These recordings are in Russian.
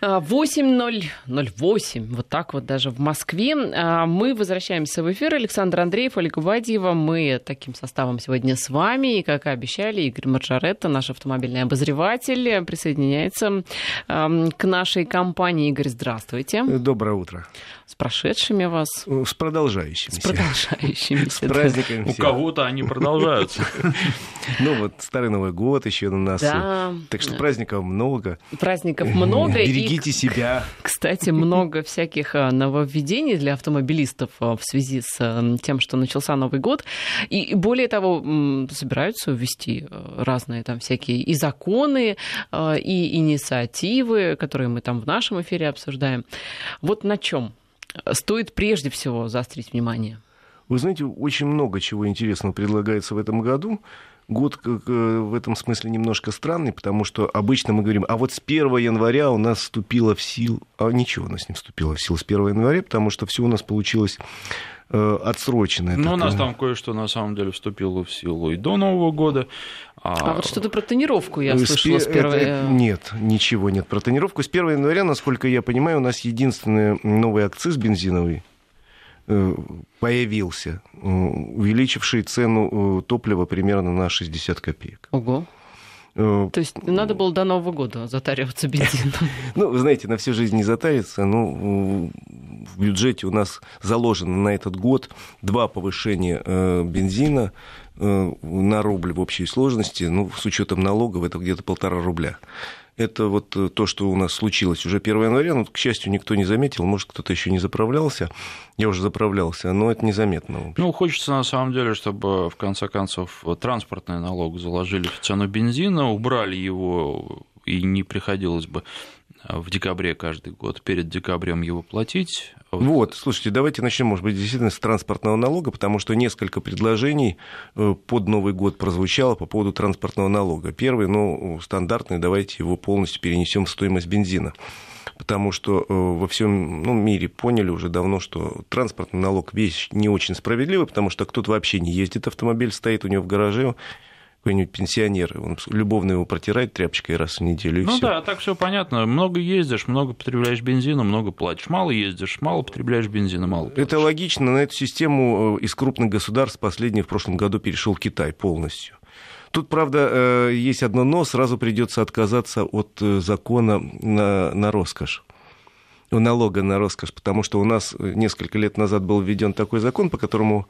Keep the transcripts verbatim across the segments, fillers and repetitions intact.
восемь ноль ноль восемь, вот так вот даже в Москве. Мы возвращаемся в эфир. Александр Андреев, Ольга Бадьева. Мы таким составом сегодня с вами. И, как и обещали, Игорь Маржаретта, наш автомобильный обозреватель, присоединяется к нашей компании. Игорь, здравствуйте. Доброе утро. С прошедшими вас. С продолжающимися. С продолжающимися. С праздниками. У кого-то они продолжаются. Ну вот, Старый Новый год еще на нас. Да. Так что праздников много. Праздников много. Берегите и, себя. Кстати, много всяких нововведений для автомобилистов в связи с тем, что начался Новый год. И более того, собираются ввести разные там всякие и законы, и инициативы, которые мы там в нашем эфире обсуждаем. Вот на чем стоит прежде всего заострить внимание? Вы знаете, очень много чего интересного предлагается в этом году. Год в этом смысле немножко странный, потому что обычно мы говорим, а вот с первого января у нас вступило в силу... А ничего у нас не вступило в силу с первого января, потому что все у нас получилось э, отсроченное. Ну, у нас там кое-что на самом деле вступило в силу и до Нового года. А, а вот что-то про тонировку я слышала с первого... Это, нет, ничего нет про тонировку. С первого января, насколько я понимаю, у нас единственный новый акциз бензиновый появился, увеличивший цену топлива примерно на шестьдесят копеек. Ого. То есть надо было до Нового года затариваться бензином? Ну, вы знаете, на всю жизнь не затариться. Ну, в бюджете у нас заложено на этот год два повышения бензина на рубль в общей сложности. Ну, с учетом налогов, это где-то полтора рубля. Это вот то, что у нас случилось уже первого января. Ну, к счастью, никто не заметил. Может, кто-то еще не заправлялся. Я уже заправлялся, но это незаметно. Ну, хочется, на самом деле, чтобы, в конце концов, транспортный налог заложили в цену бензина, убрали его, и не приходилось бы в декабре каждый год, перед декабрем его платить. Вот, слушайте, давайте начнем, может быть, действительно с транспортного налога, потому что несколько предложений под Новый год прозвучало по поводу транспортного налога. Первый, ну, стандартный, давайте его полностью перенесем в стоимость бензина. Потому что во всем ну, мире поняли уже давно, что транспортный налог вещь не очень справедливая, потому что кто-то вообще не ездит, автомобиль стоит у него в гараже, какой-нибудь пенсионер, он любовно его протирает тряпочкой раз в неделю, и ну всё. Да, так все понятно. Много ездишь, много потребляешь бензина, много платишь. Мало ездишь, мало потребляешь бензина, мало платишь. Это логично. На эту систему из крупных государств последний в прошлом году перешел Китай полностью. Тут, правда, есть одно но, сразу придется отказаться от закона на, на роскошь. Налога на роскошь, потому что у нас несколько лет назад был введен такой закон, по которому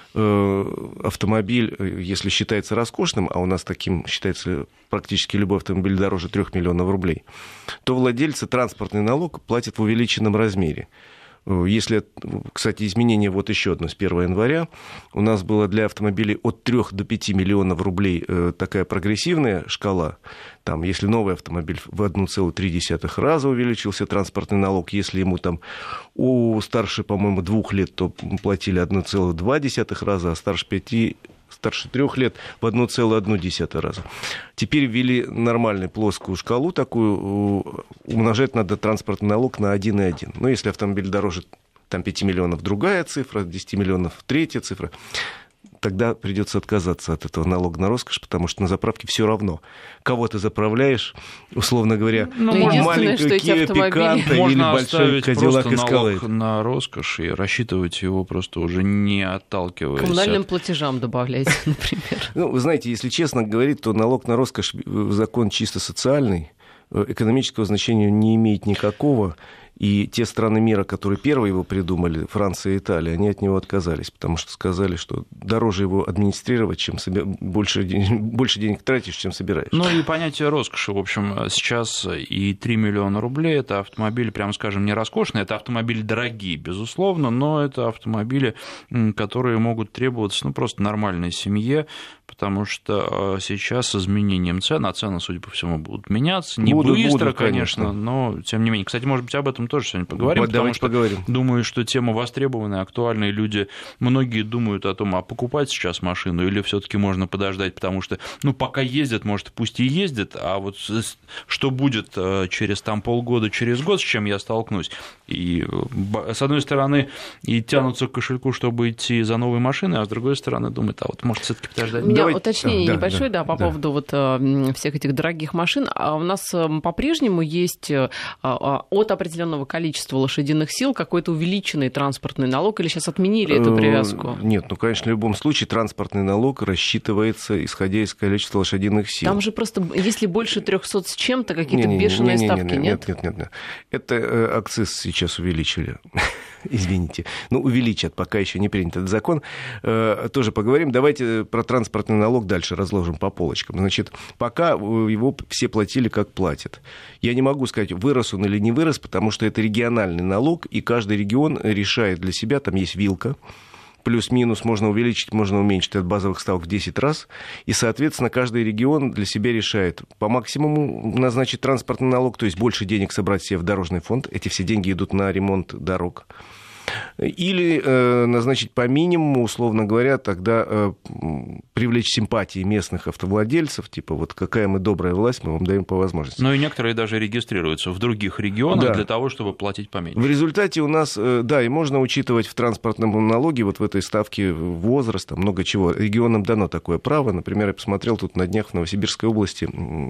автомобиль, если считается роскошным, а у нас таким считается практически любой автомобиль дороже трёх миллионов рублей, то владельцы транспортный налог платят в увеличенном размере. Если, кстати, изменение вот еще одно с первого января, у нас было для автомобилей от трёх до пяти миллионов рублей такая прогрессивная шкала. Там, если новый автомобиль в один целых три десятых раза увеличился транспортный налог, если ему там у старше, по-моему, двух лет, то платили один целых два десятых раза, а старше пяти старше трех лет в один целых одна десятая раза. Теперь ввели нормальную плоскую шкалу такую, умножать надо транспортный налог на один целых один. Но если автомобиль дороже там, пяти миллионов, другая цифра, десяти миллионов, третья цифра, тогда придется отказаться от этого налога на роскошь, потому что на заправке все равно. Кого ты заправляешь, условно говоря, ну, маленькую Kia Picanto или большой Cadillac Escalade. Налог на роскошь и рассчитывать его просто уже не отталкиваясь. Коммунальным от... платежам добавляйте, например. Ну, вы знаете, если честно говорить, то налог на роскошь закон чисто социальный, экономического значения не имеет никакого. И те страны мира, которые первые его придумали, Франция и Италия, они от него отказались, потому что сказали, что дороже его администрировать, чем себе... больше, больше денег тратишь, чем собираешь. Ну и понятие роскоши, в общем, сейчас и три миллиона рублей, это автомобили, прямо скажем, не роскошные, это автомобили дорогие, безусловно, но это автомобили, которые могут требоваться, ну, просто нормальной семье, потому что сейчас с изменением цен, а цены, судя по всему, будут меняться, не будут, быстро, будут, конечно, конечно, но тем не менее. Кстати, может быть, об этом этом тоже сегодня поговорим. Вот, давайте потому что поговорим. Думаю, что тема востребованная, актуальная. Люди, многие думают о том, а покупать сейчас машину или все-таки можно подождать, потому что, ну, пока ездят, может, пусть и ездят, а вот что будет через там полгода, через год, с чем я столкнусь. И, с одной стороны, и тянутся к кошельку, чтобы идти за новой машиной, а с другой стороны, думают, а вот, может, все-таки подождать. У меня Давайте... уточнение да, небольшое, да, да, по да. поводу вот всех этих дорогих машин. А у нас по-прежнему есть от определенного количества лошадиных сил какой-то увеличенный транспортный налог, или сейчас отменили эту привязку? Нет, ну, конечно, в любом случае транспортный налог рассчитывается, исходя из количества лошадиных сил. Там же просто, если больше трехсот с чем-то, какие-то не, не, бешеные не, не, ставки, не, не, нет? Нет, нет, нет. Это акциз сейчас увеличили. Извините. Ну, увеличат, пока еще не принят этот закон. Тоже поговорим. Давайте про транспортный налог дальше разложим по полочкам. Значит, пока его все платили, как платят. Я не могу сказать, вырос он или не вырос, потому что это региональный налог, и каждый регион решает для себя, там есть вилка, плюс-минус можно увеличить, можно уменьшить от базовых ставок в десять раз. И, соответственно, каждый регион для себя решает по максимуму назначить транспортный налог, то есть больше денег собрать себе в дорожный фонд. Эти все деньги идут на ремонт дорог. Или э, назначить по минимуму, условно говоря, тогда э, привлечь симпатии местных автовладельцев, типа вот какая мы добрая власть, мы вам даем по возможности. Ну и некоторые даже регистрируются в других регионах, да, для того, чтобы платить поменьше. В результате у нас, э, да, и можно учитывать в транспортном налоге, вот в этой ставке возраст, там много чего. Регионам дано такое право. Например, я посмотрел тут на днях в Новосибирской области,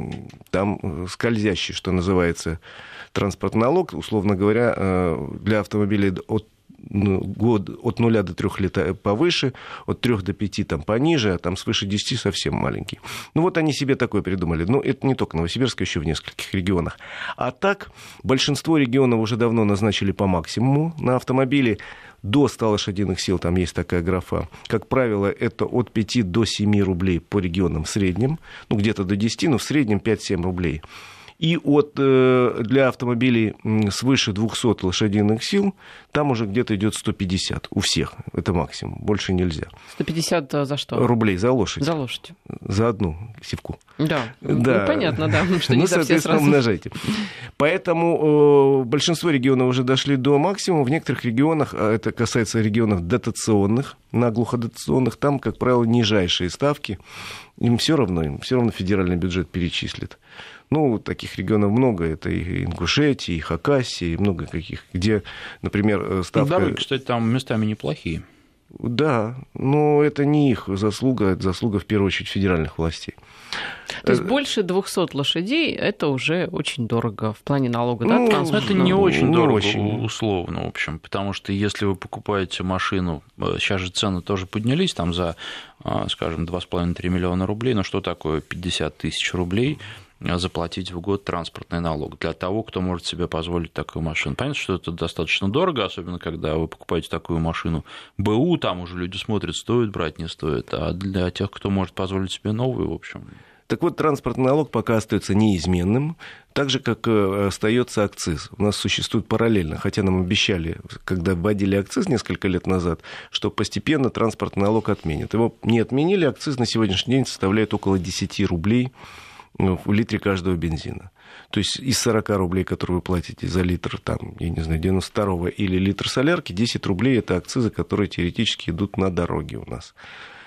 там скользящий, что называется, транспортный налог, условно говоря, э, для автомобилей от год от нуля до трех лет повыше, от трех до пяти там пониже, а там свыше десяти совсем маленький. Ну вот они себе такое придумали. Но это не только Новосибирск, еще в нескольких регионах. А так, большинство регионов уже давно назначили по максимуму на автомобили до ста лошадиных сил, там есть такая графа. Как правило, это от пяти до семи рублей по регионам в среднем, ну где-то до десяти, но в среднем пять-семь рублей. И от, для автомобилей свыше двухсот лошадиных сил там уже где-то идет сто пятьдесят у всех. Это максимум. Больше нельзя. сто пятьдесят за что? Рублей за лошадь. За лошадь. За одну сивку. Да. Да. Ну, понятно, да. Что ну, не за все сразу. Умножайте. Поэтому э, большинство регионов уже дошли до максимума. В некоторых регионах, а это касается регионов дотационных, наглухо-дотационных, там, как правило, нижайшие ставки. Им все равно, им все равно федеральный бюджет перечислит. Ну, таких регионов много. Это и Ингушетия, и Хакасия, и много каких, где, например, ставка... Дороги, кстати, там местами неплохие. Да, но это не их заслуга, это заслуга, в первую очередь, федеральных властей. То есть больше двухсот лошадей – это уже очень дорого в плане налога, да? Ну, транспорт? Это не очень ну, дорого, очень. условно, в общем, потому что если вы покупаете машину, сейчас же цены тоже поднялись, там за, скажем, два с половиной - три миллиона рублей, но что такое пятьдесят тысяч рублей заплатить в год транспортный налог для того, кто может себе позволить такую машину? Понятно, что это достаточно дорого, особенно когда вы покупаете такую машину БУ, там уже люди смотрят, стоит брать, не стоит, а для тех, кто может позволить себе новую, в общем... Так вот, транспортный налог пока остается неизменным, так же, как остается акциз. У нас существует параллельно, хотя нам обещали, когда вводили акциз несколько лет назад, что постепенно транспортный налог отменят. Его не отменили, акциз на сегодняшний день составляет около десять рублей в литре каждого бензина. То есть из сорок рублей, которые вы платите за литр, там, я не знаю, девяносто второго или литр солярки, десять рублей – это акцизы, которые теоретически идут на дороги у нас.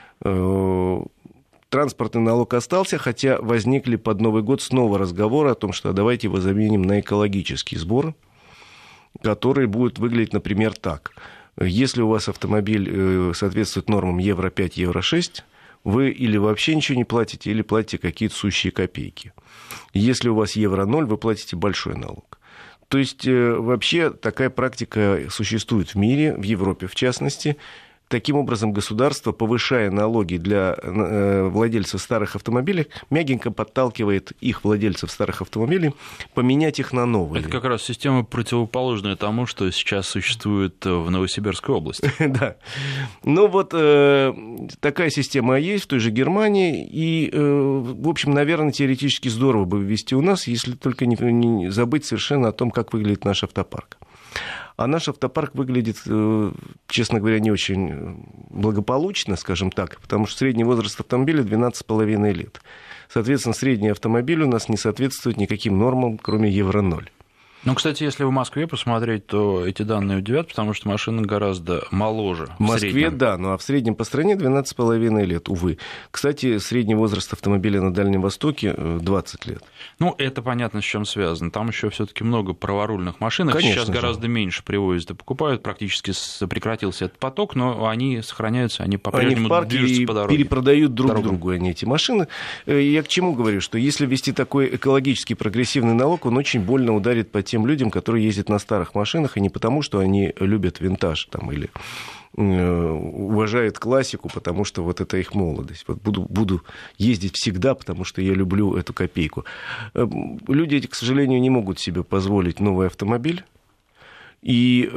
Транспортный налог остался, хотя возникли под Новый год снова разговоры о том, что давайте его заменим на экологический сбор, который будет выглядеть, например, так. Если у вас автомобиль соответствует нормам евро пять, евро шесть, вы или вообще ничего не платите, или платите какие-то сущие копейки. Если у вас евро ноль, вы платите большой налог. То есть вообще такая практика существует в мире, в Европе в частности. Таким образом, государство, повышая налоги для владельцев старых автомобилей, мягенько подталкивает их, владельцев старых автомобилей, поменять их на новые. Это как раз система, противоположная тому, что сейчас существует в Новосибирской области. Да. Ну вот такая система есть в той же Германии. И, в общем, наверное, теоретически здорово бы ввести у нас, если только не забыть совершенно о том, как выглядит наш автопарк. А наш автопарк выглядит, честно говоря, не очень благополучно, скажем так, потому что средний возраст автомобиля двенадцать с половиной лет. Соответственно, средний автомобиль у нас не соответствует никаким нормам, кроме евро ноль. Ну, кстати, если в Москве посмотреть, то эти данные удивят, потому что машина гораздо моложе. В Москве, среднем. Да, ну а в среднем по стране двенадцать с половиной лет, увы. Кстати, средний возраст автомобиля на Дальнем Востоке двадцать лет. Ну, это понятно, с чем связано. Там еще все-таки много праворульных машин. Конечно Сейчас же. гораздо меньше привозят и покупают. Практически прекратился этот поток, но они сохраняются, они по-прежнему Они в парке движутся и по дороге. перепродают друг Дорогам. другу они эти машины. Я к чему говорю? Что если ввести такой экологический прогрессивный налог, он очень больно ударит по тем людям, которые ездят на старых машинах, и не потому, что они любят винтаж там, или уважают классику, потому что вот это их молодость. Вот буду, буду ездить всегда, потому что я люблю эту копейку. Люди эти, к сожалению, не могут себе позволить новый автомобиль. И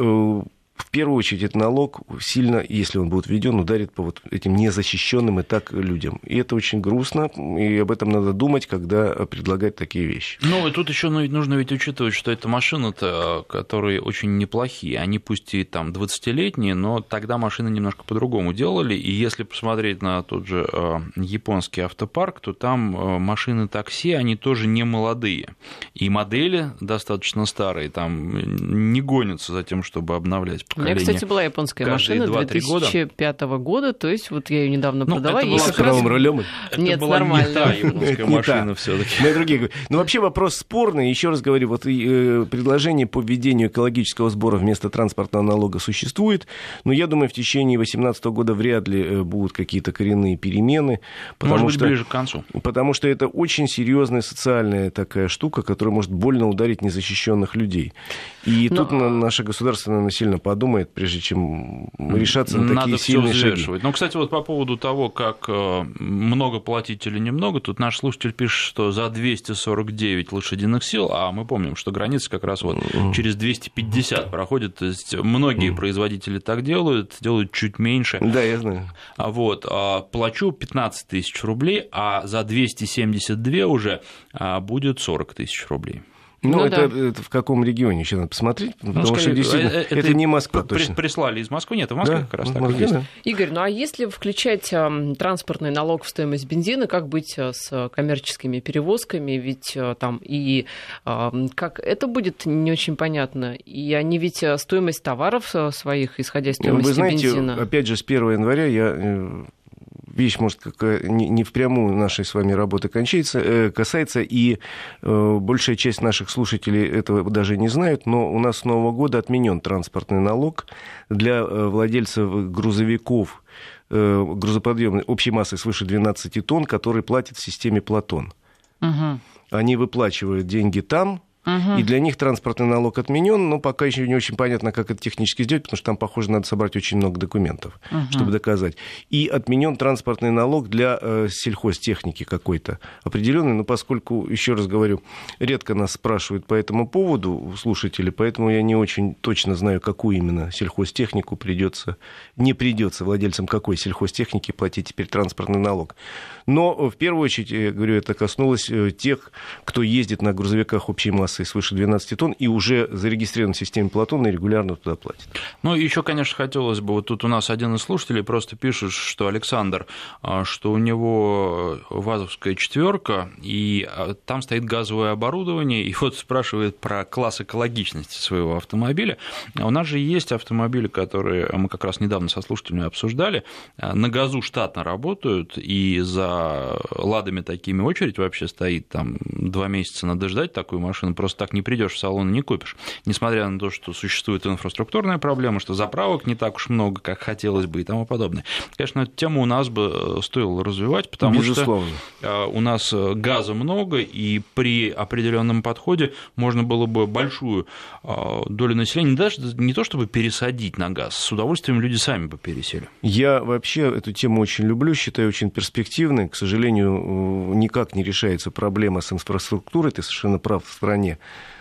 в первую очередь этот налог сильно, если он будет введен, ударит по вот этим незащищенным и так людям. И это очень грустно, и об этом надо думать, когда предлагать такие вещи. Ну, и тут еще нужно ведь учитывать, что это машины-то, которые очень неплохие. Они пусть и там двадцатилетние, но тогда машины немножко по-другому делали. И если посмотреть на тот же японский автопарк, то там машины такси, они тоже не молодые. И модели достаточно старые, там не гонятся за тем, чтобы обновлять. У меня, кстати, была японская машина две тысячи пятого года, то есть вот я ее недавно ну, продала. Это была с правым рулем? Нет, была нормально. Не та японская машина все-таки. Мы другие. Ну, вообще вопрос спорный. Еще раз говорю, вот предложение по введению экологического сбора вместо транспортного налога существует, но я думаю, в течение две тысячи восемнадцатого года вряд ли будут какие-то коренные перемены. Может быть, что, ближе к концу. Потому что это очень серьезная социальная такая штука, которая может больно ударить незащищенных людей. И но... тут наше государство, наверное, сильно подумает, прежде чем решаться на такие Надо сильные шаги. Ну, кстати, вот по поводу того, как много платить или немного, тут наш слушатель пишет, что за двести сорок девять лошадиных сил, а мы помним, что граница как раз вот через двести пятьдесят проходит, то есть многие производители так делают, делают чуть меньше. Да, я знаю. Вот, плачу пятнадцать тысяч рублей, а за двести семьдесят два уже будет сорок тысяч рублей. Ну, ну это, да. это в каком регионе еще надо посмотреть, потому ну, что действительно это, это не Москва при, точно. Прислали из Москвы, нет, в Москве да? как раз в так Москве, и есть. Да. Игорь, ну а если включать э, транспортный налог в стоимость бензина, как быть с коммерческими перевозками? Ведь э, там и э, как это будет не очень понятно. И они ведь стоимость товаров своих, исходя из стоимости Вы знаете, бензина. Опять же, с первого января я... Вещь, может, какая не впрямую нашей с вами работы кончается, касается, и большая часть наших слушателей этого даже не знают, но у нас с Нового года отменен транспортный налог для владельцев грузовиков грузоподъемной общей массой свыше двенадцати тонн, которые платят в системе Платон. Угу. Они выплачивают деньги там, Угу. И для них транспортный налог отменен, но пока еще не очень понятно, как это технически сделать, потому что там, похоже, надо собрать очень много документов, угу. чтобы доказать. И отменен транспортный налог для э, сельхозтехники какой-то определенный, но поскольку, еще раз говорю, редко нас спрашивают по этому поводу слушатели, поэтому я не очень точно знаю, какую именно сельхозтехнику придется, не придется владельцам какой сельхозтехники платить теперь транспортный налог. Но в первую очередь, я говорю, это коснулось тех, кто ездит на грузовиках общей массы свыше двенадцати тонн и уже зарегистрирован в системе Платона и регулярно туда платит. Ну, еще, конечно, хотелось бы, вот тут у нас один из слушателей просто пишет, что Александр, что у него ВАЗовская четверка, и там стоит газовое оборудование, и вот спрашивает про класс экологичности своего автомобиля. У нас же есть автомобили, которые мы как раз недавно со слушателями обсуждали, на газу штатно работают, и за ладами такими очередь вообще стоит, там два месяца надо ждать такую машину, просто так не придешь в салон и не купишь. Несмотря на то, что существует инфраструктурная проблема, что заправок не так уж много, как хотелось бы и тому подобное. Конечно, эту тему у нас бы стоило развивать, потому Безусловно. что у нас газа много, и при определенном подходе можно было бы большую долю населения даже не то чтобы пересадить на газ, с удовольствием люди сами бы пересели. Я вообще эту тему очень люблю, считаю очень перспективной. К сожалению, никак не решается проблема с инфраструктурой, ты совершенно прав, в стране.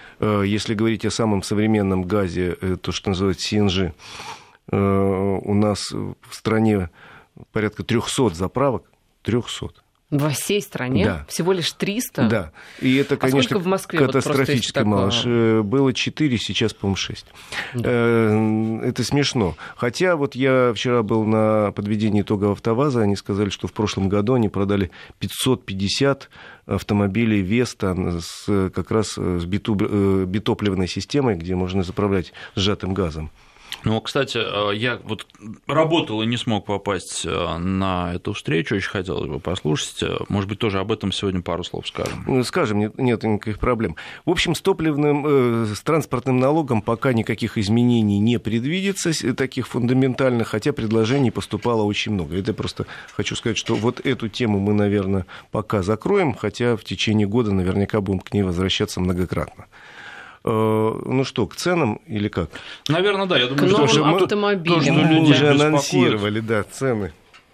Если говорить о самом современном газе, то, что называется си эн джи, у нас в стране порядка трехсот заправок, трехсот. Во всей стране? Да. Всего лишь триста? Да. И это, конечно, а в Москве? катастрофически вот мало. такое... Было четыре, сейчас, по-моему, шесть. Да. Это смешно. Хотя вот я вчера был на подведении итогов АвтоВАЗа, они сказали, что в прошлом году они продали пятьсот пятьдесят автомобилей Веста с, как раз с битопливной системой, где можно заправлять сжатым газом. Ну, кстати, я вот работал и не смог попасть на эту встречу, очень хотел его послушать. Может быть, тоже об этом сегодня пару слов скажем. Скажем, нет, нет никаких проблем. В общем, с топливным, с транспортным налогом пока никаких изменений не предвидится, таких фундаментальных, хотя предложений поступало очень много. Это просто хочу сказать, что вот эту тему мы, наверное, пока закроем, хотя в течение года наверняка будем к ней возвращаться многократно. Ну что, к ценам или как? Наверное, да. Я думаю, к что новым автомобилям. Мы уже анонсировали, да, цены.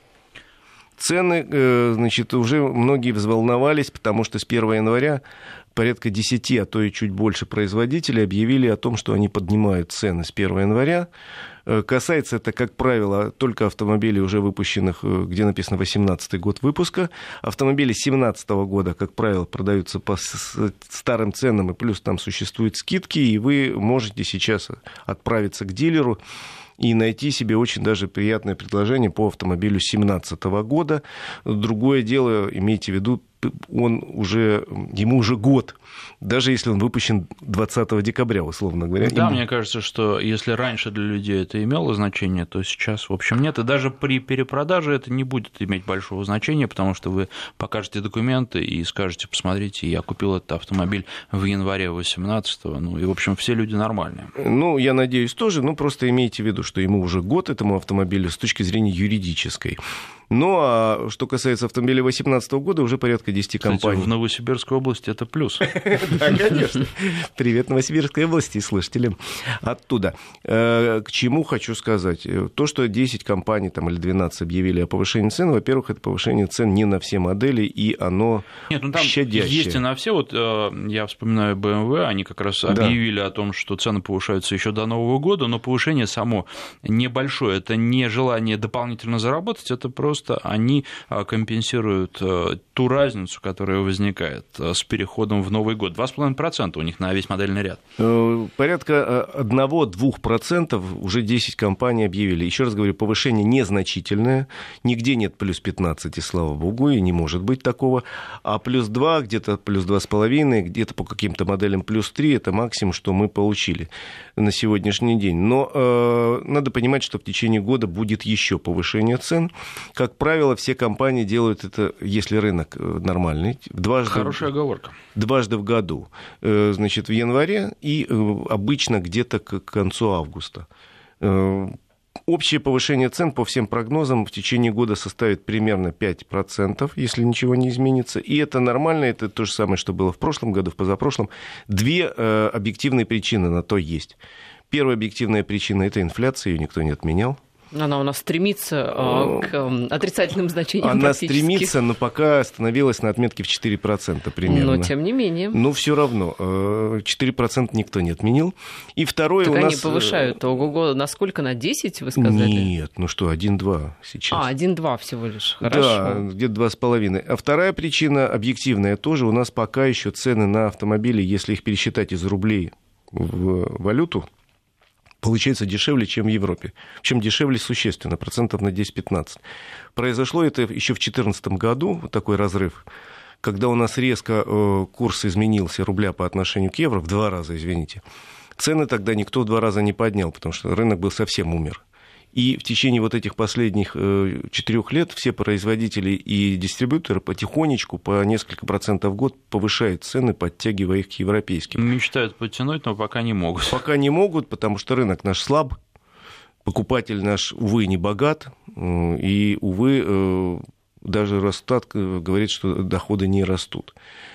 Цены, значит, уже многие взволновались, потому что с первого января порядка десяти, а то и чуть больше производителей объявили о том, что они поднимают цены с первого января. Касается это, как правило, только автомобилей, уже выпущенных, где написано восемнадцатый год выпуска. Автомобили семнадцатого года, как правило, продаются по старым ценам, и плюс там существуют скидки, и вы можете сейчас отправиться к дилеру и найти себе очень даже приятное предложение по автомобилю семнадцатого года. Другое дело, имейте в виду, он уже, ему уже год, даже если он выпущен двадцатого декабря, условно говоря. Да, им... мне кажется, что если раньше для людей это имело значение, то сейчас, в общем, нет. И даже при перепродаже это не будет иметь большого значения, потому что вы покажете документы и скажете, посмотрите, я купил этот автомобиль в январе восемнадцатого, ну и, в общем, все люди нормальные. Ну, я надеюсь, тоже, ну, просто имейте в виду, что ему уже год, этому автомобилю, с точки зрения юридической. Ну, а что касается автомобиля две тысячи восемнадцатого года, уже порядка десяти компаний. Кстати, в Новосибирской области это плюс. Да, конечно. Привет Новосибирской области и слушателям оттуда. К чему хочу сказать? То, что десять компаний там, или двенадцать объявили о повышении цен, во-первых, это повышение цен не на все модели, и оно Нет, ну там щадящее. Есть и на все. Вот я вспоминаю бэ эм вэ, они как раз объявили да. о том, что цены повышаются еще до Нового года, но повышение само небольшое. Это не желание дополнительно заработать, это просто они компенсируют ту разницу, которая возникает с переходом в Новый год. два с половиной процента у них на весь модельный ряд. Порядка один-два процента уже десять компаний объявили. Еще раз говорю, повышение незначительное. Нигде нет плюс пятнадцать, слава богу, и не может быть такого. А плюс два, где-то плюс два с половиной, где-то по каким-то моделям плюс три, это максимум, что мы получили на сегодняшний день. Но э, надо понимать, что в течение года будет еще повышение цен. Как правило, все компании делают это, если рынок нормальный, дважды, Хорошая оговорка. дважды в году. Значит, в январе и обычно где-то к концу августа. Общее повышение цен по всем прогнозам в течение года составит примерно пять процентов, если ничего не изменится. И это нормально, это то же самое, что было в прошлом году, в позапрошлом. Две объективные причины на то есть. Первая объективная причина – это инфляция, ее никто не отменял. Она у нас стремится э, к отрицательным значениям. Она стремится, но пока остановилась на отметке в четыре процента примерно. Но тем не менее. Но все равно, четыре процента никто не отменил. И второе так у они нас... повышают ого-го, на сколько? На десять, вы сказали? Нет, ну что, один-два сейчас. А, один-два всего лишь, хорошо. Да, где-то два с половиной. А вторая причина, объективная тоже, у нас пока еще цены на автомобили, если их пересчитать из рублей в валюту, получается дешевле, чем в Европе. Причем дешевле существенно, процентов на десять-пятнадцать. Произошло это еще в две тысячи четырнадцатом году, такой разрыв, когда у нас резко э, курс изменился рубля по отношению к евро, в два раза, извините. Цены тогда никто в два раза не поднял, потому что рынок был совсем умер. И в течение вот этих последних э, четырех лет все производители и дистрибьюторы потихонечку по несколько процентов в год повышают цены, подтягивая их к европейским. Мечтают подтянуть, но пока не могут. Пока не могут, потому что рынок наш слаб, покупатель наш, увы, не богат, э, и, увы, э, даже Росстат говорит, что доходы не растут.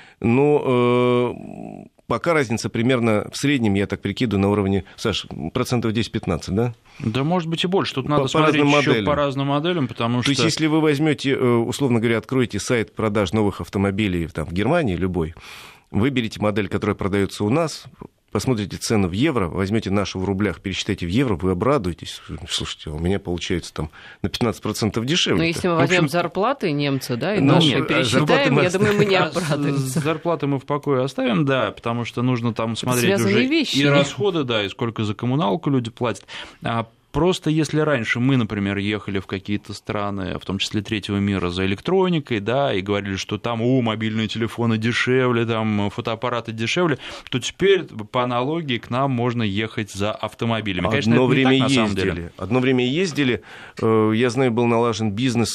Но... Э, Пока разница примерно в среднем, я так прикидываю, на уровне, Саш, процентов десять-пятнадцать, да? Да, может быть, и больше. Тут надо по, смотреть по еще моделям. по разным моделям, потому что... То есть, если вы возьмете, условно говоря, откроете сайт продаж новых автомобилей там, в Германии, любой, выберите модель, которая продается у нас, посмотрите цену в евро, возьмете нашу в рублях, пересчитайте в евро, вы обрадуетесь. Слушайте, у меня получается там на пятнадцать процентов дешевле. Но если мы возьмем общем... зарплаты немца, да, и ну, наши нет, пересчитаем, мы... я думаю, мы не обрадуемся. Зарплаты мы в покое оставим, да, потому что нужно там смотреть связанные уже вещи. И расходы, да, и сколько за коммуналку люди платят. Просто если раньше мы, например, ехали в какие-то страны, в том числе третьего мира, за электроникой, да, и говорили, что там, о, мобильные телефоны дешевле, там, фотоаппараты дешевле, то теперь по аналогии к нам можно ехать за автомобилями. Конечно, Одно это время не так, на ездили. самом деле. Одно время ездили. Я знаю, был налажен бизнес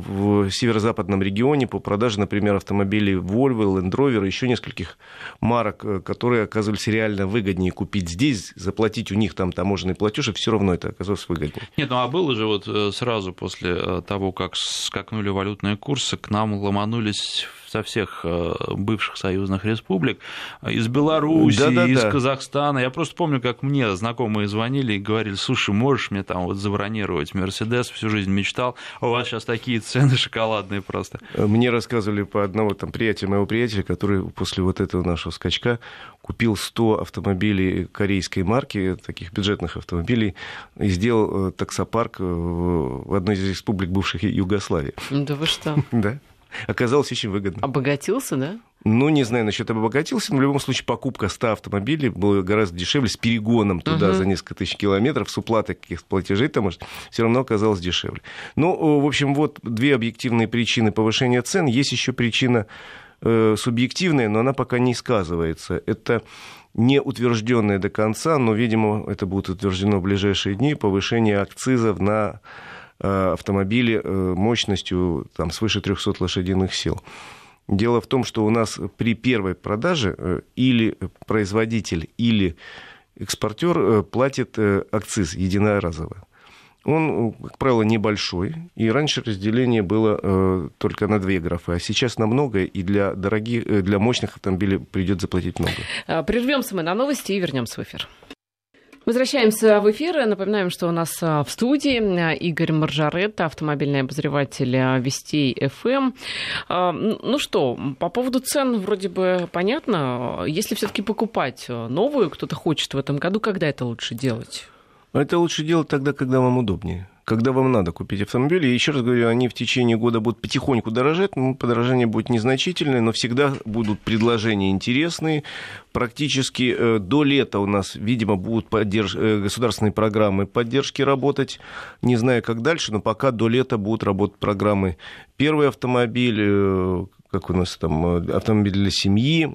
в северо-западном регионе по продаже, например, автомобилей Volvo, Land Rover, еще нескольких марок, которые оказывались реально выгоднее купить здесь, заплатить у них там таможенный платеж, и все равно это оказалось выгоднее. Нет, ну а было же вот сразу после того, как скакнули валютные курсы, к нам ломанулись со всех бывших союзных республик, из Беларуси, да, да, из да. Казахстана. Я просто помню, как мне знакомые звонили и говорили: слушай, можешь мне там вот забронировать Мерседес, всю жизнь мечтал, у вас сейчас такие цены шоколадные просто. Мне рассказывали по одному там приятелю, моего приятеля, который после вот этого нашего скачка купил сто автомобилей корейской марки, таких бюджетных автомобилей, и сделал таксопарк в одной из республик бывших Югославии. Да вы что? Да. Оказалось очень выгодно. Обогатился, да? Ну, не знаю насчет обогатился, но в любом случае покупка ста автомобилей была гораздо дешевле, с перегоном туда uh-huh. за несколько тысяч километров, с уплатой каких-то платежей, там, все равно оказалось дешевле. Ну, в общем, вот две объективные причины повышения цен. Есть еще причина э, субъективная, но она пока не сказывается. Это не утвержденное до конца, но, видимо, это будет утверждено в ближайшие дни, повышение акцизов на автомобили мощностью там, свыше трехсот лошадиных сил. Дело в том, что у нас при первой продаже или производитель, или экспортер платит акциз единоразово. Он, как правило, небольшой, и раньше разделение было только на две графы, а сейчас на много, и для дорогих, для мощных автомобилей придется заплатить много. Прервемся мы на новости и вернемся в эфир. Возвращаемся в эфир. Напоминаем, что у нас в студии Игорь Маржарет, автомобильный обозреватель Вестей эф эм. Ну что, по поводу цен вроде бы понятно. Если все-таки покупать новую, кто-то хочет в этом году, когда это лучше делать? Это лучше делать тогда, когда вам удобнее. Когда вам надо купить автомобиль. И еще раз говорю, они в течение года будут потихоньку дорожать. Ну, подорожание будет незначительное, но всегда будут предложения интересные. Практически э, до лета у нас, видимо, будут поддерж... э, государственные программы поддержки работать. Не знаю, как дальше, но пока до лета будут работать программы «Первый автомобиль», э, как у нас там, автомобиль для семьи,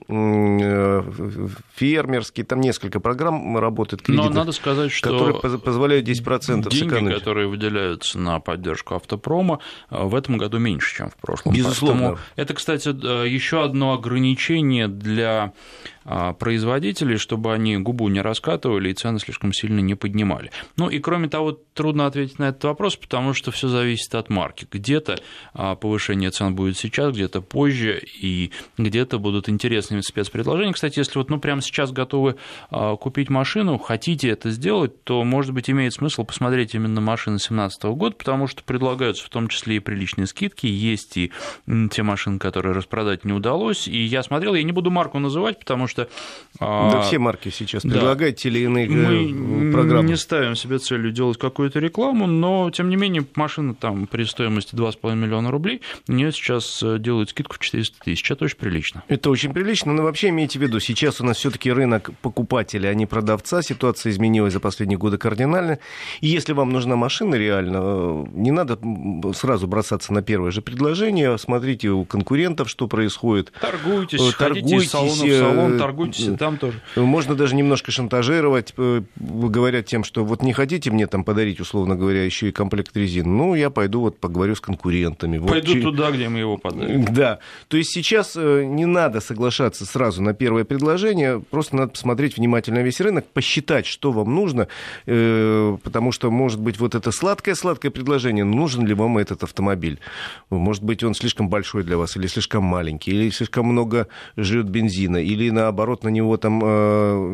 фермерский, там несколько программ работает кредитных, но надо сказать, что которые позволяют десять процентов деньги, сэкономить. Которые выделяются на поддержку автопрома, в этом году меньше, чем в прошлом. Безусловно. Поэтому это, кстати, еще одно ограничение для производителей, чтобы они губу не раскатывали и цены слишком сильно не поднимали. Ну и кроме того, трудно ответить на этот вопрос, потому что все зависит от марки. Где-то повышение цен будет сейчас, где-то позже, и где-то будут интересные спецпредложения. Кстати, если вот ну, прямо сейчас готовы купить машину, хотите это сделать, то, может быть, имеет смысл посмотреть именно машины две тысячи семнадцатого года, потому что предлагаются в том числе и приличные скидки, есть и те машины, которые распродать не удалось, и я смотрел, я не буду марку называть, потому что... Да, все марки сейчас да, предлагают те или иные мы программы. Мы не ставим себе целью делать какую-то рекламу, но, тем не менее, машина там при стоимости два с половиной миллиона рублей, у нее сейчас делают скидку в четыреста тысяч, это очень прилично. Это очень прилично, но вообще имейте в виду, сейчас у нас все-таки рынок покупателя, а не продавца, ситуация изменилась за последние годы кардинально, и если вам нужна машина реально, не надо сразу бросаться на первое же предложение, смотрите у конкурентов, что происходит. Торгуйтесь, ходите из салона в салон, торгуйтесь и там тоже. Можно даже немножко шантажировать, говоря тем, что вот не хотите мне там подарить, условно говоря, еще и комплект резин, ну, я пойду вот поговорю с конкурентами. Пойду вот, туда, где мы его подарим. Да, то есть сейчас не надо соглашаться сразу на первое предложение, просто надо посмотреть внимательно весь рынок, посчитать, что вам нужно, потому что, может быть, вот это сладкое-сладкое предложение, нужен ли вам этот автомобиль? Может быть, он слишком большой для вас, или слишком маленький, или слишком много жрет бензина, или наоборот на него там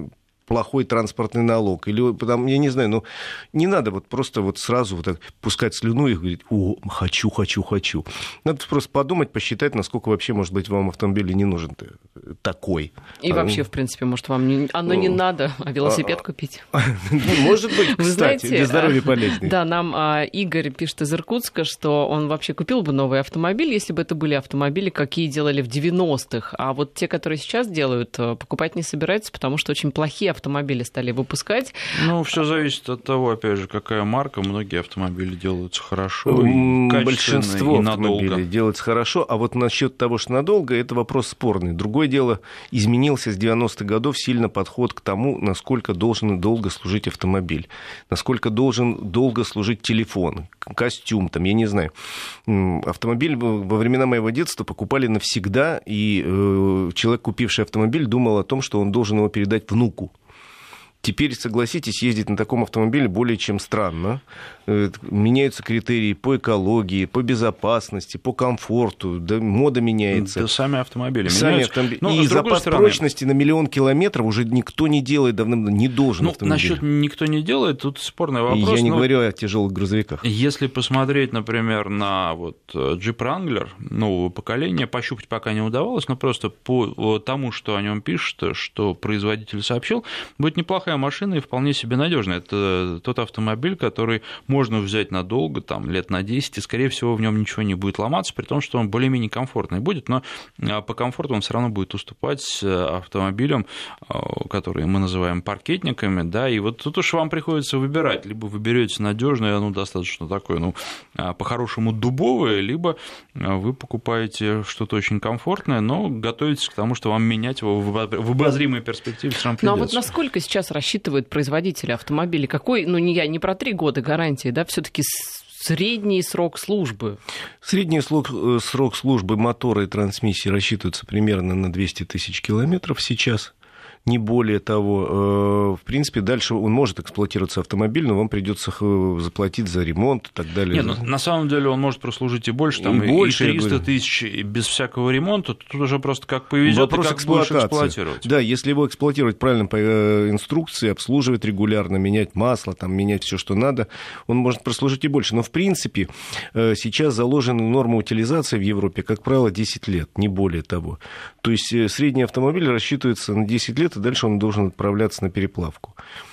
плохой транспортный налог, или там, я не знаю, ну, не надо вот просто вот сразу вот так пускать слюну и говорить: о, хочу, хочу, хочу. Надо просто подумать, посчитать, насколько вообще, может быть, вам автомобиль не нужен такой. И вообще, в принципе, может, вам не, оно не надо, а велосипед купить. Может быть, кстати, для здоровья полезнее. Да, нам Игорь пишет из Иркутска, что он вообще купил бы новый автомобиль, если бы это были автомобили, какие делали в девяностых. А вот те, которые сейчас делают, покупать не собираются, потому что очень плохие автомобили стали выпускать. Ну, все зависит от того, опять же, какая марка. Многие автомобили делаются хорошо, и большинство и автомобилей делается хорошо, а вот насчет того, что надолго, это вопрос спорный. Другое дело, изменился с девяностых годов сильно подход к тому, насколько должен долго служить автомобиль, насколько должен долго служить телефон, костюм, там, я не знаю. Автомобиль во времена моего детства покупали навсегда, и э, человек, купивший автомобиль, думал о том, что он должен его передать внуку. Теперь, согласитесь, ездить на таком автомобиле более чем странно. Меняются критерии по экологии, по безопасности, по комфорту, да, мода меняется. Да, сами автомобили сами меняются. Автомобили. Но, и запас стороны... прочности на миллион километров уже никто не делает давным-давно, не должен ну, автомобиль. Насчет никто не делает, тут спорный вопрос. И я не но... говорю о тяжелых грузовиках. Если посмотреть, например, на вот Jeep Wrangler нового поколения, пощупать пока не удавалось, но просто по тому, что о нем пишут, что производитель сообщил, будет неплохая машина и вполне себе надежная. Это тот автомобиль, который можно взять надолго, там, лет на десять, и, скорее всего, в нем ничего не будет ломаться, при том, что он более-менее комфортный будет, но по комфорту он все равно будет уступать автомобилям, которые мы называем паркетниками, да, и вот тут уж вам приходится выбирать, либо вы берете надежное, ну, достаточно такое, ну, по-хорошему дубовое, либо вы покупаете что-то очень комфортное, но готовитесь к тому, что вам менять его в обозримой перспективе все равно придется. Ну, а вот насколько сейчас рассчитывают производители автомобилей? Какой, ну, не я, не про три года гарантии, да, все-таки средний срок службы? Средний срок, срок службы мотора и трансмиссии рассчитывается примерно на двести тысяч километров сейчас. Не более того, в принципе, дальше он может эксплуатироваться автомобиль, но вам придется заплатить за ремонт и так далее. Нет, ну, на самом деле он может прослужить и больше, там, и, больше, и триста тысяч без всякого ремонта, тут уже просто как повезет, и как будешь эксплуатировать. Да, если его эксплуатировать правильно по инструкции, обслуживать регулярно, менять масло, там, менять все, что надо, он может прослужить и больше. Но, в принципе, сейчас заложена норма утилизации в Европе, как правило, десять лет, не более того. То есть средний автомобиль рассчитывается на десять лет, и дальше он должен отправляться на переплавку.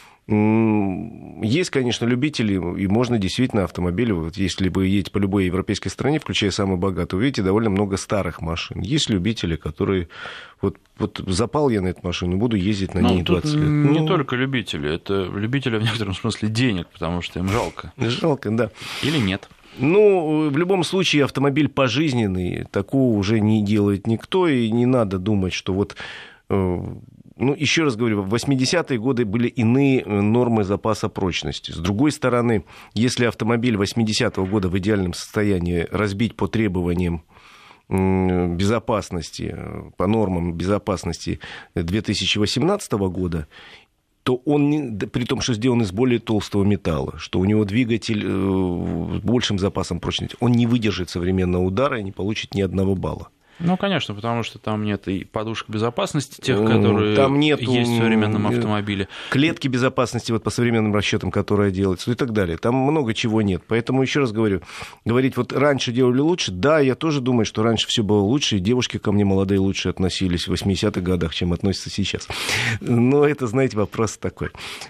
Есть, конечно, любители, и можно действительно автомобили, вот если вы едете по любой европейской стране, включая самую богатую, увидите довольно много старых машин. Есть любители, которые... Вот, вот запал я на эту машину, буду ездить на ней двадцать лет. Не ну... только любители, это любители в некотором смысле денег, потому что им жалко. Жалко, да. Или нет. Ну, в любом случае, автомобиль пожизненный, такого уже не делает никто, и не надо думать, что вот... Ну, еще раз говорю, в восьмидесятые годы были иные нормы запаса прочности. С другой стороны, если автомобиль восьмидесятого года в идеальном состоянии разбить по требованиям безопасности, по нормам безопасности две тысячи восемнадцатого года, то он, при том, что сделан из более толстого металла, что у него двигатель с большим запасом прочности, он не выдержит современного удара и не получит ни одного балла. Ну, конечно, потому что там нет и подушек безопасности, тех, которые там нету есть в современном автомобиле. Клетки безопасности вот по современным расчетам, которые делаются, и так далее. Там много чего нет. Поэтому, еще раз говорю, говорить, вот раньше делали лучше, да, я тоже думаю, что раньше все было лучше, и девушки ко мне молодые лучше относились в восьмидесятых годах, чем относятся сейчас. Но это, знаете, вопрос такой.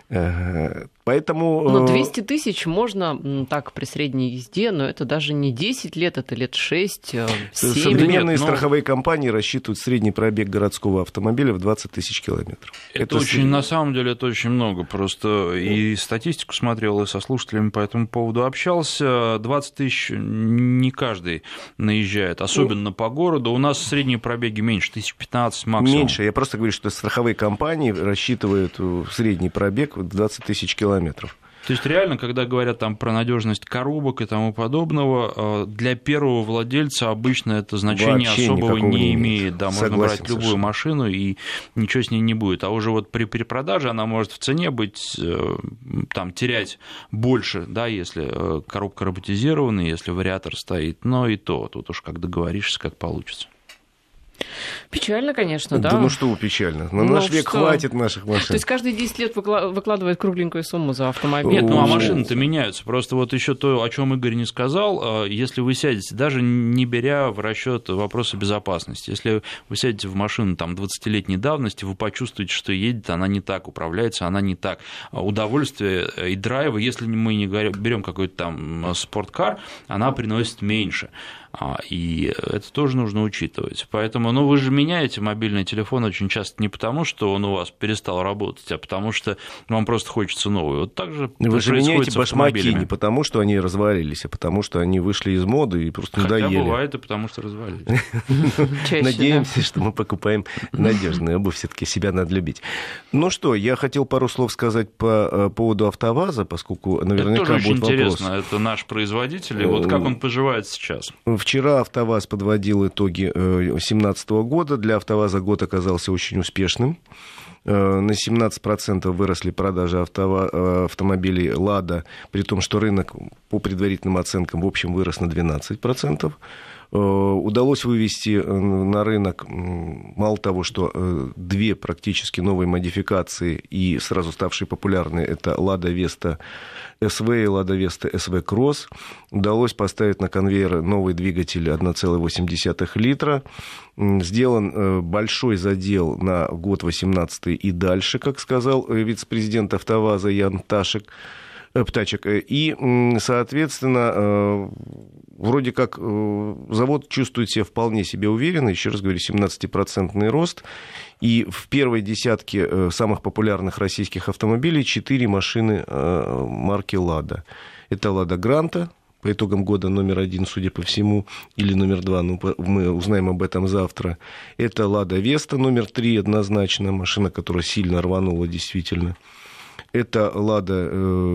Поэтому... Ну, двести тысяч можно так при средней езде, но это даже не десять лет, это лет шесть, семь. Современные страховые компании рассчитывают средний пробег городского автомобиля в двадцать тысяч километров. Это, это очень, средний. На самом деле, это очень много. Просто и статистику смотрел, и со слушателями по этому поводу общался. двадцать тысяч не каждый наезжает, особенно ну, по городу. У нас средние пробеги меньше, тысяч пятнадцать максимум. Меньше. Я просто говорю, что страховые компании рассчитывают средний пробег в двадцать тысяч километров. То есть реально, когда говорят там про надежность коробок и тому подобного, для первого владельца обычно это значение вообще особого не имеет. Да, можно брать любую совершенно. машину, и ничего с ней не будет. А уже вот при перепродаже она может в цене быть, там, терять больше, да, если коробка роботизированная, если вариатор стоит, но и то, тут уж как договоришься, как получится. Печально, конечно, да. Да ну что печально. На ну, наш век что? хватит наших машин. То есть каждые десять лет выкладывает кругленькую сумму за автомобиль? Нет, ну а машины-то меняются. Просто вот еще то, о чем Игорь не сказал, если вы сядете, даже не беря в расчет вопросы безопасности, если вы сядете в машину там двадцатилетней давности, вы почувствуете, что едет она не так, управляется она не так. Удовольствие и драйва, если мы не берем какой-то там спорткар, она приносит меньше. И это тоже нужно учитывать. Поэтому, ну, вы же меняете мобильный телефон очень часто не потому, что он у вас перестал работать, а потому что вам просто хочется новый. Вот так же вы же меняете с башмаки не потому, что они развалились, а потому, что они вышли из моды и просто надоели. Хотя бывает и потому, что развалились. Надеемся, что мы покупаем надежную обувь, все-таки себя надо любить. Ну что, я хотел пару слов сказать по поводу АвтоВАЗа, поскольку наверняка будет вопрос. Это тоже очень интересно, это наш производитель, и вот как он поживает сейчас? Вчера автоваз подводил итоги две тысячи семнадцатого года. Для АвтоВАЗа год оказался очень успешным. На семнадцать процентов выросли продажи автова... автомобилей «Лада», при том, что рынок по предварительным оценкам в общем вырос на двенадцать процентов. Удалось вывести на рынок, мало того, что две практически новые модификации и сразу ставшие популярны, это «Лада Веста эс ви» и «Лада Веста эс ви Кросс». Удалось поставить на конвейер новый двигатель один целых восемь десятых литра. Сделан большой задел на год восемнадцатый и дальше, как сказал вице-президент АвтоВАЗа Ян Пташек. Птачек. И, соответственно, вроде как завод чувствует себя вполне себе уверенно. Еще раз говорю, семнадцатипроцентный рост. И в первой десятке самых популярных российских автомобилей четыре машины марки «Лада». Это «Лада Гранта», по итогам года номер один, судя по всему, или номер два, ну, мы узнаем об этом завтра. Это «Лада Веста» номер три, однозначно, машина, которая сильно рванула действительно. Это «Лада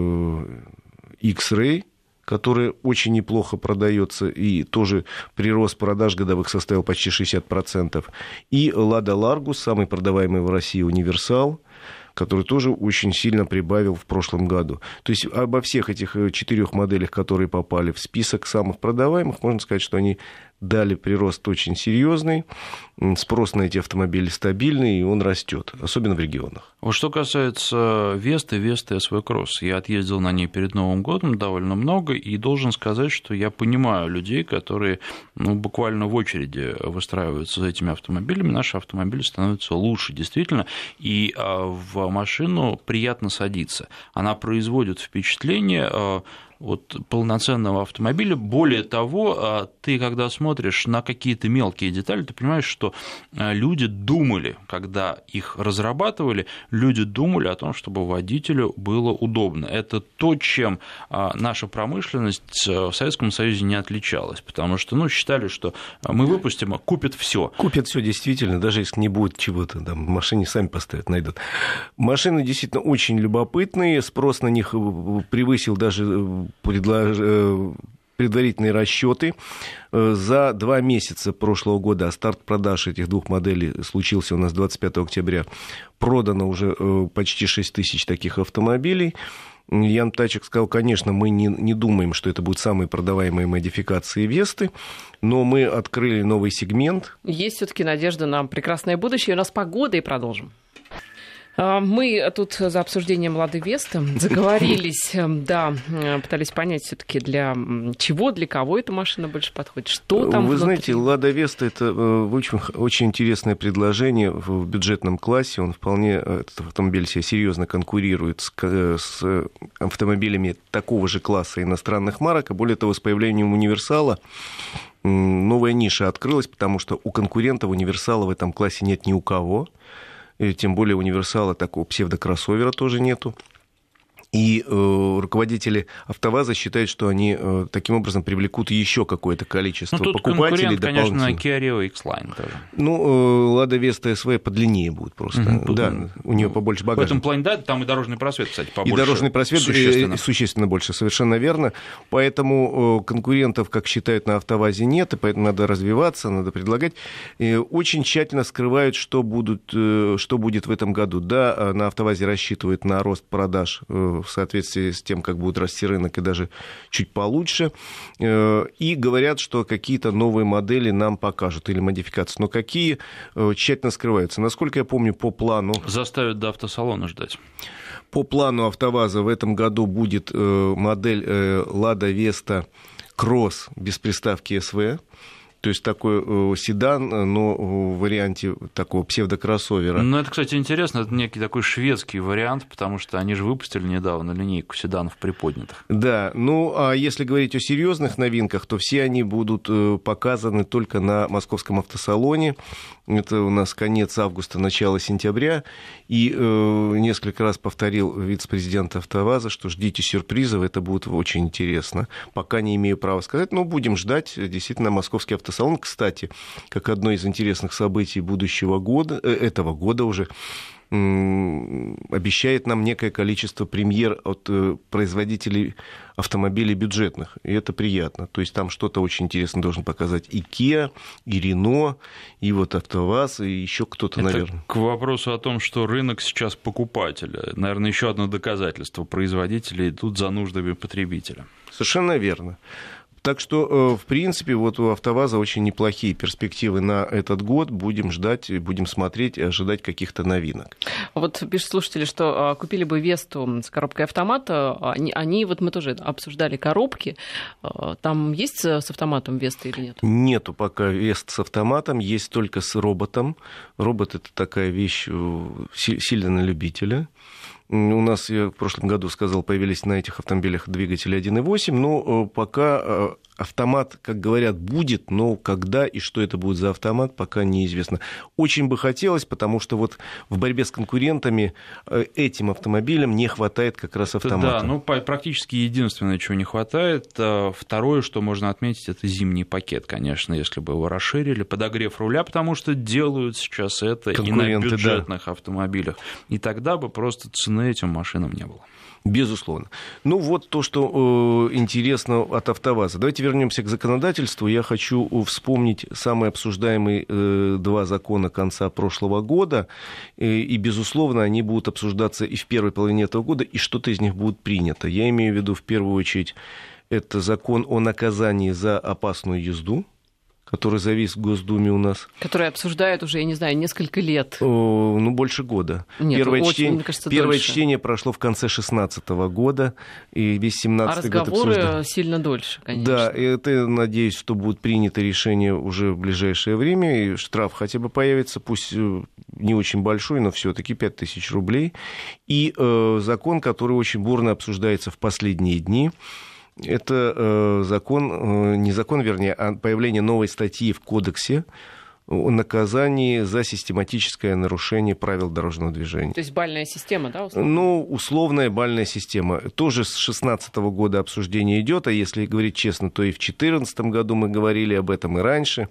X-Ray», которая очень неплохо продается, и тоже прирост продаж годовых составил почти шестьдесят процентов. И «Лада Ларгус», самый продаваемый в России универсал, который тоже очень сильно прибавил в прошлом году. То есть обо всех этих четырех моделях, которые попали в список самых продаваемых, можно сказать, что они дали прирост очень серьезный, спрос на эти автомобили стабильный, и он растет, особенно в регионах. Вот что касается Весты, Весты эс ви Кросс, я отъездил на ней перед Новым годом довольно много, и должен сказать, что я понимаю людей, которые ну, буквально в очереди выстраиваются за этими автомобилями. Наши автомобили становятся лучше, действительно, и в машину приятно садиться. Она производит впечатление вот полноценного автомобиля. Более того, ты, когда смотришь на какие-то мелкие детали, ты понимаешь, что люди думали, когда их разрабатывали, люди думали о том, чтобы водителю было удобно. Это то, чем наша промышленность в Советском Союзе не отличалась, потому что ну, считали, что мы выпустим, купят все. Купят все действительно, даже если не будет чего-то, там, в машине сами поставят, найдут. Машины действительно очень любопытные, спрос на них превысил даже предварительные расчеты. За два месяца прошлого года, старт продаж этих двух моделей случился у нас двадцать пятого октября, продано уже почти шесть тысяч таких автомобилей. Ян Птачек сказал, конечно, мы не, не думаем, что это будут самые продаваемые модификации Весты, но мы открыли новый сегмент. Есть все-таки надежда на прекрасное будущее. У нас погода, и продолжим. Мы тут за обсуждением «Лады Весты» заговорились, да, пытались понять все-таки для чего, для кого эта машина больше подходит, что там Вы внутри. знаете, «Лада Веста» — это очень, очень интересное предложение в бюджетном классе. Он вполне, этот автомобиль себе серьезно конкурирует с, с автомобилями такого же класса иностранных марок, а более того, с появлением универсала новая ниша открылась, потому что у конкурентов универсала в этом классе нет ни у кого. И тем более универсала такого псевдокроссовера тоже нету. И э, руководители АвтоВАЗа считают, что они э, таким образом привлекут еще какое-то количество ну, тут покупателей. Конечно, на Kia Rio X-Line тоже. Ну, Лада Веста эс ви подлиннее будет просто. Угу, да, ну, у нее побольше багажа. В этом плане, да, там и дорожный просвет, кстати, побольше. И дорожный просвет существенно, существенно больше, совершенно верно. Поэтому конкурентов, как считают, на АвтоВАЗе нет, и поэтому надо развиваться, надо предлагать. И очень тщательно скрывают, что, будут, что будет в этом году. Да, на АвтоВАЗе рассчитывают на рост продаж в соответствии с тем, как будет расти рынок, и даже чуть получше. И говорят, что какие-то новые модели нам покажут или модификации. Но какие, тщательно скрываются. Насколько я помню, по плану... Заставят до автосалона ждать. По плану АвтоВАЗа в этом году будет модель Lada Vesta Cross без приставки эс ви. То есть такой э, седан, но в варианте такого псевдокроссовера. Ну, это, кстати, интересно. Это некий такой шведский вариант, потому что они же выпустили недавно линейку седанов приподнятых. Да, ну, а если говорить о серьезных новинках, то все они будут э, показаны только на Московском автосалоне. Это у нас конец августа, начало сентября. И э, несколько раз повторил вице-президент АвтоВАЗа, что ждите сюрпризов, это будет очень интересно. Пока не имею права сказать, но будем ждать. Действительно, Московский автосалон. Салон, кстати, как одно из интересных событий будущего года, этого года уже, обещает нам некое количество премьер от производителей автомобилей бюджетных. И это приятно. То есть там что-то очень интересное должен показать и Kia, и Renault, и вот АвтоВАЗ, и еще кто-то, это наверное. К вопросу о том, что рынок сейчас покупателя. Наверное, еще одно доказательство. Производители идут за нуждами потребителя. Совершенно верно. Так что, в принципе, вот у АвтоВАЗа очень неплохие перспективы на этот год. Будем ждать, будем смотреть и ожидать каких-то новинок. Вот пишут слушатели, что купили бы Весту с коробкой автомата. Они, они, вот мы тоже обсуждали коробки. Там есть с автоматом Веста или нет? Нету пока Вест с автоматом, есть только с роботом. Робот — это такая вещь сильно на любителя. У нас, я в прошлом году сказал, появились на этих автомобилях двигатели один и восемь, но пока автомат, как говорят, будет, но когда и что это будет за автомат, пока неизвестно. Очень бы хотелось, потому что вот в борьбе с конкурентами этим автомобилям не хватает как раз автомата. Да, ну практически единственное, чего не хватает. Второе, что можно отметить, это зимний пакет, конечно, если бы его расширили, подогрев руля, потому что делают сейчас это и на бюджетных да. автомобилях. И тогда бы просто цены этим машинам не было. Безусловно. Ну, вот то, что э, интересно от АвтоВАЗа. Давайте вернемся к законодательству. Я хочу вспомнить самые обсуждаемые э, два закона конца прошлого года. Э, и, безусловно, они будут обсуждаться и в первой половине этого года, и что-то из них будет принято. Я имею в виду, в первую очередь, это закон о наказании за опасную езду, который завис в Госдуме у нас. Который обсуждают уже, я не знаю, несколько лет. О, ну, больше года. Нет, первое очень, чтение, мне кажется, первое дольше. чтение прошло в конце шестнадцатого года, и весь семнадцатый год обсуждали. А разговоры сильно дольше, конечно. Да, и это, надеюсь, что будет принято решение уже в ближайшее время, и штраф хотя бы появится, пусть не очень большой, но все-таки пять тысяч рублей. И э, закон, который очень бурно обсуждается в последние дни, это э, закон, э, не закон, вернее, а появление новой статьи в кодексе о наказании за систематическое нарушение правил дорожного движения. То есть бальная система, да, условно? Ну, условная бальная система. Тоже с две тысячи шестнадцатого года обсуждение идет, а если говорить честно, то и в две тысячи четырнадцатом году мы говорили об этом и раньше.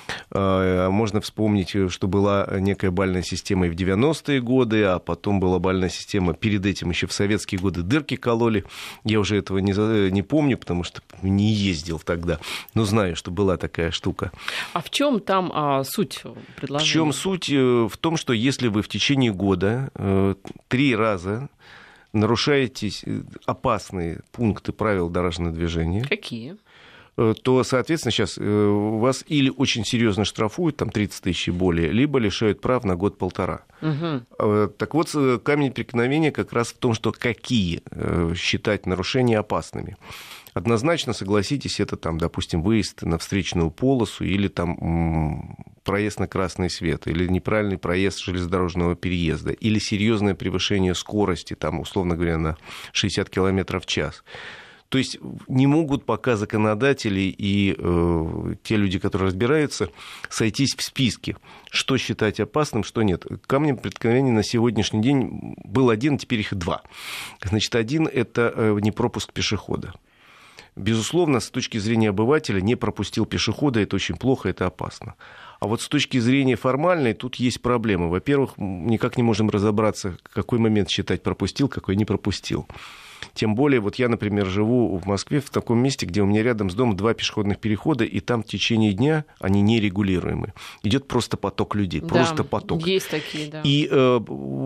Можно вспомнить, что была некая бальная система и в девяностые годы, а потом была бальная система перед этим еще в советские годы, дырки кололи. Я уже этого не, не помню, потому что не ездил тогда, но знаю, что была такая штука. А в чем там а, суть предложения? В чем суть? В том, что если вы в течение года три раза нарушаете опасные пункты правил дорожного движения... Какие? То, соответственно, сейчас вас или очень серьезно штрафуют, там тридцать тысяч и более, либо лишают прав на год-полтора. Угу. Так вот, камень преткновения как раз в том, что какие считать нарушения опасными. Однозначно, согласитесь, это, там, допустим, выезд на встречную полосу или там, проезд на красный свет, или неправильный проезд железнодорожного переезда, или серьезное превышение скорости, там, условно говоря, на шестьдесят километров в час. То есть не могут пока законодатели и э, те люди, которые разбираются, сойтись в списке, что считать опасным, что нет. Камнем преткновения на сегодняшний день был один, теперь их два. Значит, один – это э, непропуск пешехода. Безусловно, с точки зрения обывателя, не пропустил пешехода, это очень плохо, это опасно. А вот с точки зрения формальной тут есть проблемы. Во-первых, никак не можем разобраться, какой момент считать пропустил, какой не пропустил. Тем более, вот я, например, живу в Москве в таком месте, где у меня рядом с домом два пешеходных перехода, и там в течение дня они нерегулируемы. Идет просто поток людей, да, просто поток. Есть такие, да. И э,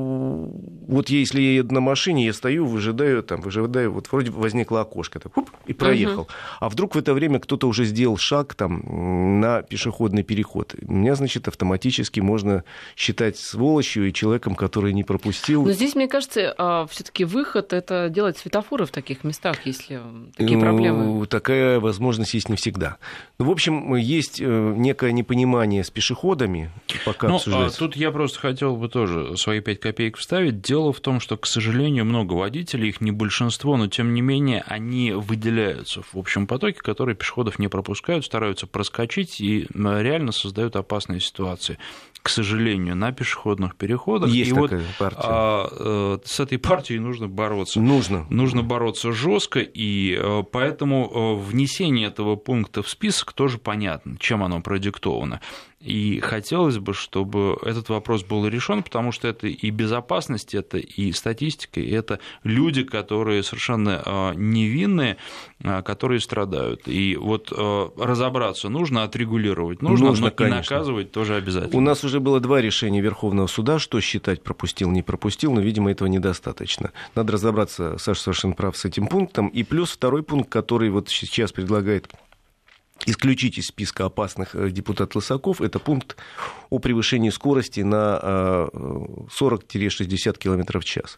вот если я еду на машине, я стою, выжидаю, там, выжидаю, вот вроде возникло окошко, так, хуп, и проехал. Угу. А вдруг в это время кто-то уже сделал шаг там, на пешеходный переход. Меня, значит, автоматически можно считать сволочью и человеком, который не пропустил. Но здесь, мне кажется, все-таки выход — это делать светофоры в таких местах, если такие ну, проблемы. Такая возможность есть не всегда. Ну, в общем, есть некое непонимание с пешеходами, пока ну, обсуждается. Тут я просто хотел бы тоже свои пять копеек вставить. Дело в том, что, к сожалению, много водителей, их не большинство, но тем не менее они выделяются в общем потоке, которые пешеходов не пропускают, стараются проскочить и реально создают опасные ситуации. К сожалению, на пешеходных переходах. Есть и такая вот партия. А, а, с этой партией нужно бороться. Нужно. Нужно бороться жестко, и а, поэтому внесение этого пункта в список тоже понятно, чем оно продиктовано. И хотелось бы, чтобы этот вопрос был решен, потому что это и безопасность, это и статистика, и это люди, которые совершенно невинные, которые страдают. И вот разобраться нужно, отрегулировать нужно, нужно но конечно. И наказывать тоже обязательно. У нас уже было два решения Верховного суда, что считать пропустил, не пропустил, но, видимо, этого недостаточно. Надо разобраться, Саша совершенно прав, с этим пунктом. И плюс второй пункт, который вот сейчас предлагает исключить из списка опасных депутат Лысаков, это пункт о превышении скорости на сорок-шестьдесят километров в час.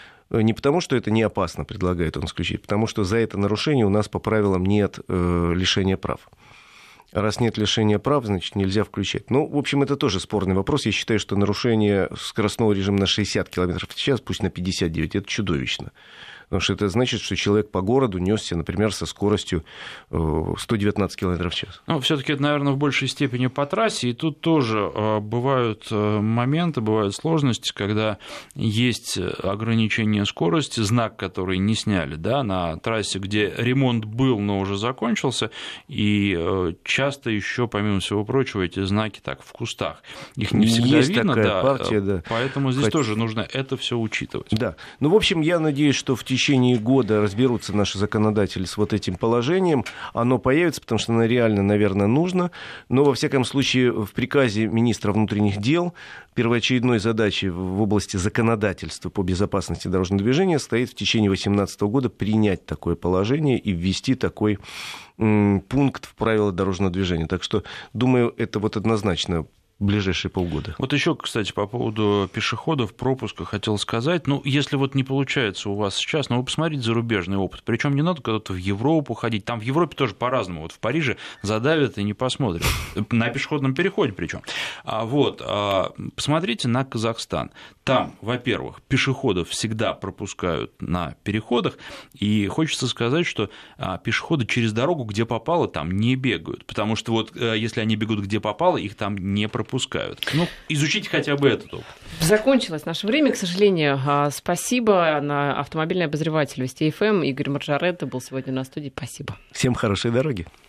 Не потому, что это не опасно, предлагает он исключить, потому что за это нарушение у нас по правилам нет лишения прав. А раз нет лишения прав, значит, нельзя включать. Ну, в общем, это тоже спорный вопрос. Я считаю, что нарушение скоростного режима на шестьдесят километров в час, пусть на пятьдесят девять, это чудовищно. Потому что это значит, что человек по городу несся, например, со скоростью сто девятнадцать километров в час. Ну, все-таки это, наверное, в большей степени по трассе. И тут тоже бывают моменты, бывают сложности, когда есть ограничение скорости, знак, который не сняли, да, на трассе, где ремонт был, но уже закончился, и часто еще, помимо всего прочего, эти знаки так в кустах. Их не всегда есть видно, такая да, партия, да. Поэтому здесь Хоть... тоже нужно это все учитывать. Да. Ну, в общем, я надеюсь, что в В течение года разберутся наши законодатели с вот этим положением. Оно появится, потому что оно реально, наверное, нужно. Но, во всяком случае, в приказе министра внутренних дел первоочередной задачей в области законодательства по безопасности дорожного движения стоит в течение две тысячи восемнадцатого года принять такое положение и ввести такой м, пункт в правила дорожного движения. Так что, думаю, это вот однозначно ближайшие полгода. Вот еще, кстати, по поводу пешеходов, пропуска хотел сказать. Ну, если вот не получается у вас сейчас, ну, вы посмотрите зарубежный опыт. Причем не надо куда-то в Европу ходить. Там в Европе тоже по-разному. Вот в Париже задавят и не посмотрят. На пешеходном переходе причем. А вот, посмотрите на Казахстан. Там, во-первых, пешеходов всегда пропускают на переходах. И хочется сказать, что пешеходы через дорогу, где попало, там не бегают. Потому что вот если они бегут где попало, их там не пропускают. Пропускают. Ну, изучите хотя бы этот опыт. Закончилось наше время, к сожалению. Спасибо. На автомобильный обозреватель Вести эф эм Игорь Маржаретта был сегодня на студии. Спасибо. Всем хорошей дороги.